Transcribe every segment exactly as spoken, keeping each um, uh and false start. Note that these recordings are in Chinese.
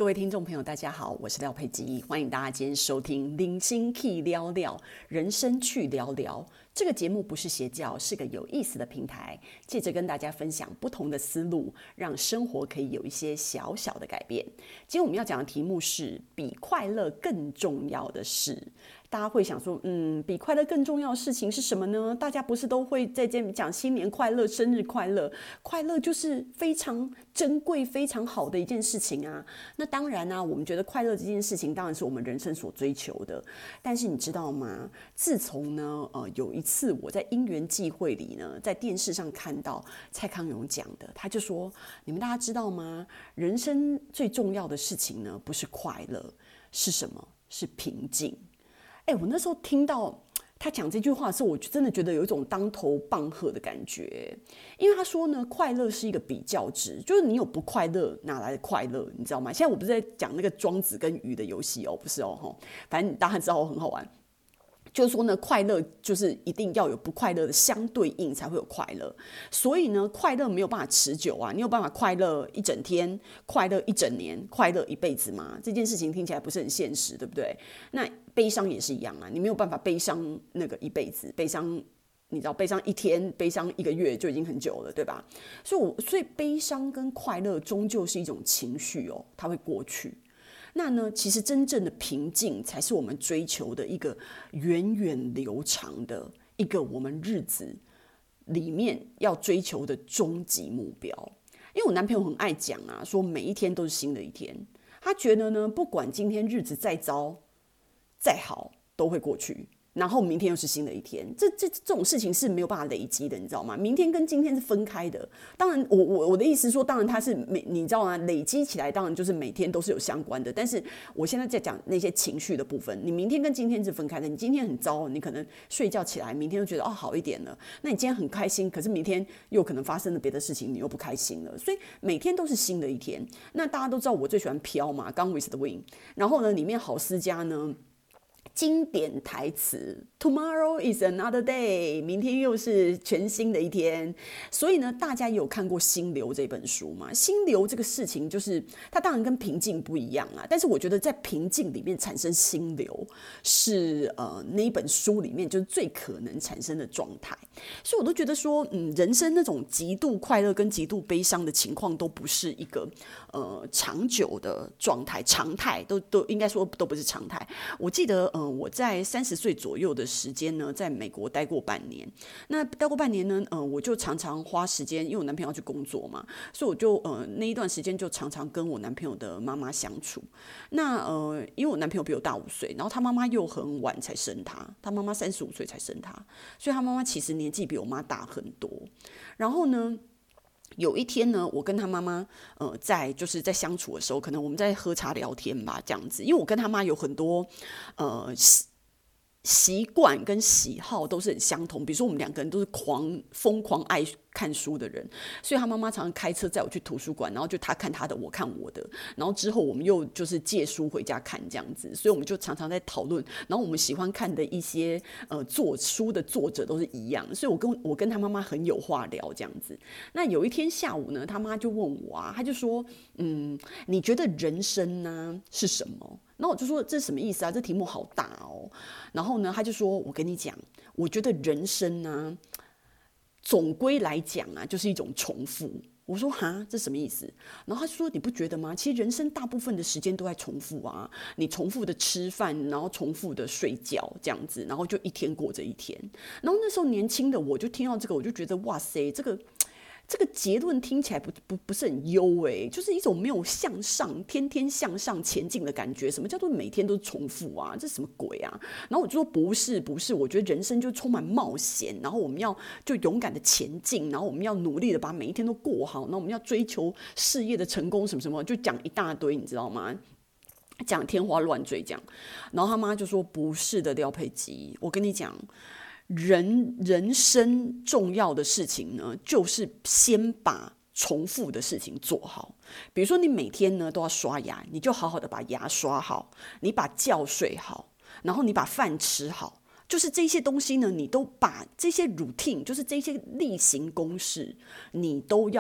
各位听众朋友，大家好，我是廖佩基，欢迎大家今天收听《零星 Key 聊聊人生去聊聊》。这个节目不是邪教，是个有意思的平台，借着跟大家分享不同的思路，让生活可以有一些小小的改变。今天我们要讲的题目是比快乐更重要的事。大家会想说，嗯，比快乐更重要的事情是什么呢？大家不是都会在这边讲新年快乐、生日快乐，快乐就是非常珍贵、非常好的一件事情啊。那当然啊，我们觉得快乐这件事情当然是我们人生所追求的。但是你知道吗？自从呢，呃，有一次我在因缘际会里呢，在电视上看到蔡康永讲的，他就说：你们大家知道吗？人生最重要的事情呢，不是快乐，是什么？是平静。哎，我那时候听到他讲这句话的时候，我真的觉得有一种当头棒喝的感觉。因为他说呢，快乐是一个比较值，就是你有不快乐，哪来的快乐？你知道吗？现在我不是在讲那个庄子跟鱼的游戏哦，不是哦，反正大家知道很好玩。就是说呢，快乐就是一定要有不快乐的相对应才会有快乐，所以呢，快乐没有办法持久啊。你有办法快乐一整天、快乐一整年、快乐一辈子吗？这件事情听起来不是很现实，对不对？那悲伤也是一样啊，你没有办法悲伤那个一辈子，悲伤你知道，悲伤一天、悲伤一个月就已经很久了，对吧？所以我，所以悲伤跟快乐终究是一种情绪哦，它会过去。那呢，其实真正的平静才是我们追求的一个源远流长的一个我们日子里面要追求的终极目标。因为我男朋友很爱讲啊，说每一天都是新的一天。他觉得呢，不管今天日子再糟再好，都会过去。然后明天又是新的一天，这这这种事情是没有办法累积的，你知道吗？明天跟今天是分开的。当然我，我我的意思说，当然它是每你知道吗？累积起来，当然就是每天都是有相关的。但是我现在在讲那些情绪的部分，你明天跟今天是分开的。你今天很糟，你可能睡觉起来，明天就觉得哦好一点了。那你今天很开心，可是明天又可能发生了别的事情，你又不开心了。所以每天都是新的一天。那大家都知道我最喜欢飘嘛，《Gone with the Wind》。然后呢，里面郝思嘉呢。经典台词 Tomorrow is another day， 明天又是全新的一天。所以呢，大家也有看过《心流》这本书嘛？心流这个事情，就是它当然跟平静不一样啊。但是我觉得在平静里面产生心流，是呃那一本书里面就是最可能产生的状态。所以我都觉得说，嗯，人生那种极度快乐跟极度悲伤的情况，都不是一个呃长久的状态，常态都都应该说都不是常态。我记得呃。我在三十岁左右的时间呢，在美国待过半年。那待过半年呢，呃，我就常常花时间，因为我男朋友要去工作嘛，所以我就呃那一段时间就常常跟我男朋友的妈妈相处。那呃，因为我男朋友比我大五岁，然后他妈妈又很晚才生他，他妈妈三十五岁才生他，所以他妈妈其实年纪比我妈大很多。然后呢？有一天呢，我跟他妈妈，呃，在就是在相处的时候，可能我们在喝茶聊天吧，这样子。因为我跟他妈有很多，呃，习惯跟喜好都是很相同。比如说，我们两个人都是狂疯狂爱看书的人，所以他妈妈常常开车载我去图书馆，然后就他看他的，我看我的，然后之后我们又就是借书回家看这样子。所以我们就常常在讨论，然后我们喜欢看的一些呃作书的作者都是一样，所以我跟我跟他妈妈很有话聊这样子。那有一天下午呢，他妈就问我啊，他就说，嗯，你觉得人生呢是什么？然后我就说这是什么意思啊？这题目好大哦。然后呢，他就说，我跟你讲，我觉得人生呢，总归来讲啊，就是一种重复。我说哈，这什么意思？然后他说你不觉得吗？其实人生大部分的时间都在重复啊，你重复的吃饭，然后重复的睡觉，这样子，然后就一天过着一天。然后那时候年轻的我就听到这个，我就觉得哇塞，这个。这个结论听起来不不不是很优诶，就是一种没有向上、天天向上前进的感觉。什么叫做每天都重复啊？这什么鬼啊？然后我就说不是不是，我觉得人生就充满冒险，然后我们要就勇敢的前进，然后我们要努力的把每一天都过好，然后我们要追求事业的成功，什么什么，就讲一大堆，你知道吗？讲天花乱坠这样。然后他妈就说不是的，廖佩基，我跟你讲。人人生重要的事情呢，就是先把重复的事情做好。比如说，你每天呢都要刷牙，你就好好的把牙刷好，你把觉睡好，然后你把饭吃好。就是这些东西呢，你都把这些 routine， 就是这些例行公事，你都要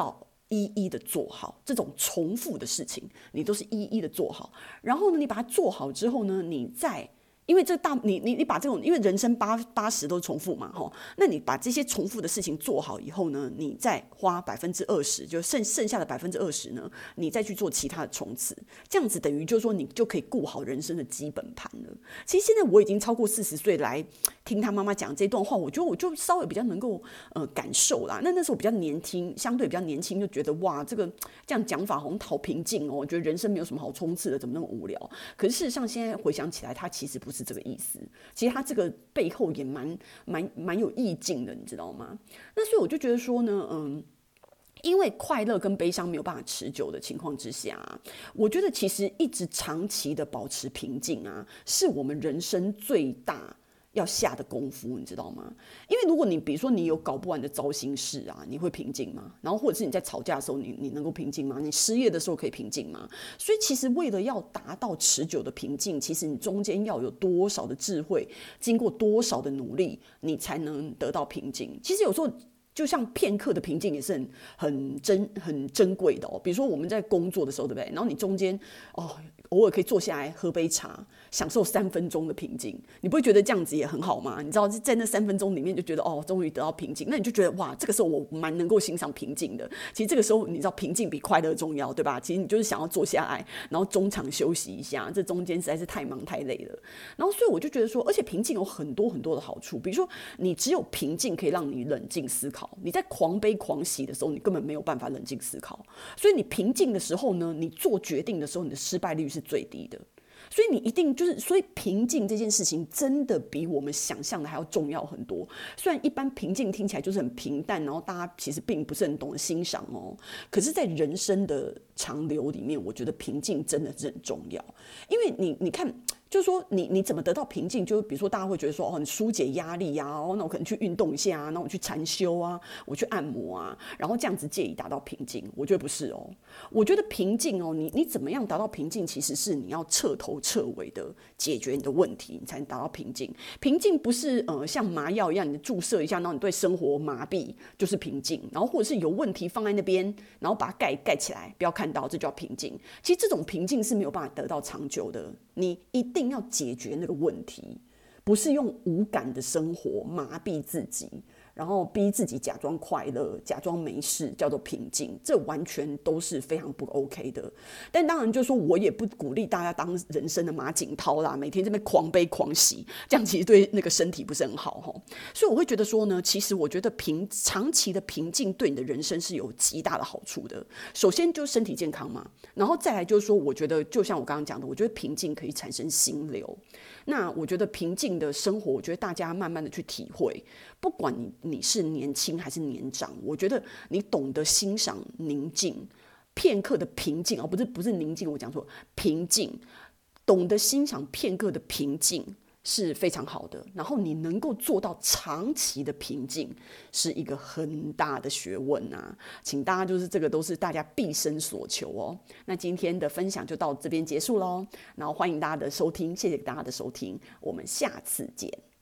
一一的做好，这种重复的事情，你都是一一的做好。然后呢，你把它做好之后呢，你再。因为这大你你你把这种，因为人生八八十都重复嘛，吼，那你把这些重复的事情做好以后呢，你再花百分之二十，就剩剩下的百分之二十呢，你再去做其他的冲刺，这样子等于就是说你就可以顾好人生的基本盘了。其实现在我已经超过四十岁来听他妈妈讲这段话，我觉得我就稍微比较能够呃感受啦。那那时候比较年轻，相对比较年轻，就觉得哇，这个这样讲法好像好平静哦，我觉得人生没有什么好冲刺的，怎么那么无聊？可是事实上现在回想起来，它其实不是这个意思，其实它这个背后也蛮蛮蛮有意境的，你知道吗？那所以我就觉得说呢，嗯，因为快乐跟悲伤没有办法持久的情况之下，我觉得其实一直长期的保持平静啊，是我们人生最大要下的功夫，你知道吗？因为如果你比如说你有搞不完的糟心事啊，你会平静吗？然后或者是你在吵架的时候，你你能够平静吗？你失业的时候可以平静吗？所以其实为了要达到持久的平静，其实你中间要有多少的智慧，经过多少的努力，你才能得到平静。其实有时候。就像片刻的平静也是很很珍很珍贵的哦。比如说我们在工作的时候，对不对？然后你中间哦，偶尔可以坐下来喝杯茶，享受三分钟的平静，你不会觉得这样子也很好吗？你知道，在那三分钟里面就觉得哦，终于得到平静，那你就觉得哇，这个时候我蛮能够欣赏平静的。其实这个时候你知道，平静比快乐重要，对吧？其实你就是想要坐下来，然后中场休息一下，这中间实在是太忙太累了。然后所以我就觉得说，而且平静有很多很多的好处，比如说你只有平静可以让你冷静思考。你在狂悲狂喜的时候，你根本没有办法冷静思考。所以你平静的时候呢，你做决定的时候，你的失败率是最低的。所以你一定就是，所以平静这件事情真的比我们想象的还要重要很多。虽然一般平静听起来就是很平淡，然后大家其实并不是很懂得欣赏哦。可是，在人生的长流里面，我觉得平静真的是很重要。因为你你看。就是说你，你怎么得到平静？就比如说，大家会觉得说，哦，你疏解压力啊，哦，那我可能去运动一下啊，那我去禅修啊，我去按摩啊，然后这样子借以达到平静。我觉得不是哦，我觉得平静哦，你你怎么样达到平静？其实是你要彻头彻尾的解决你的问题，你才能达到平静。平静不是呃像麻药一样，你注射一下，然后你对生活麻痹就是平静，然后或者是有问题放在那边，然后把它盖盖起来，不要看到，这叫平静。其实这种平静是没有办法得到长久的，你一定。一定要解决那个问题，不是用无感的生活麻痹自己，然后逼自己假装快乐、假装没事，叫做平静，这完全都是非常不 OK 的。但当然，就是说我也不鼓励大家当人生的马景涛啦，每天这边狂悲狂喜，这样其实对那个身体不是很好哈。所以我会觉得说呢，其实我觉得平长期的平静对你的人生是有极大的好处的。首先就是身体健康嘛，然后再来就是说，我觉得就像我刚刚讲的，我觉得平静可以产生心流。那我觉得平静的生活，我觉得大家慢慢的去体会，不管你你是年轻还是年长，我觉得你懂得欣赏宁静，片刻的平静，而不是不是宁静，我讲错，平静，懂得欣赏片刻的平静是非常好的。然后你能够做到长期的平静，是一个很大的学问啊！请大家就是这个都是大家毕生所求哦。那今天的分享就到这边结束喽，然后欢迎大家的收听，谢谢大家的收听，我们下次见。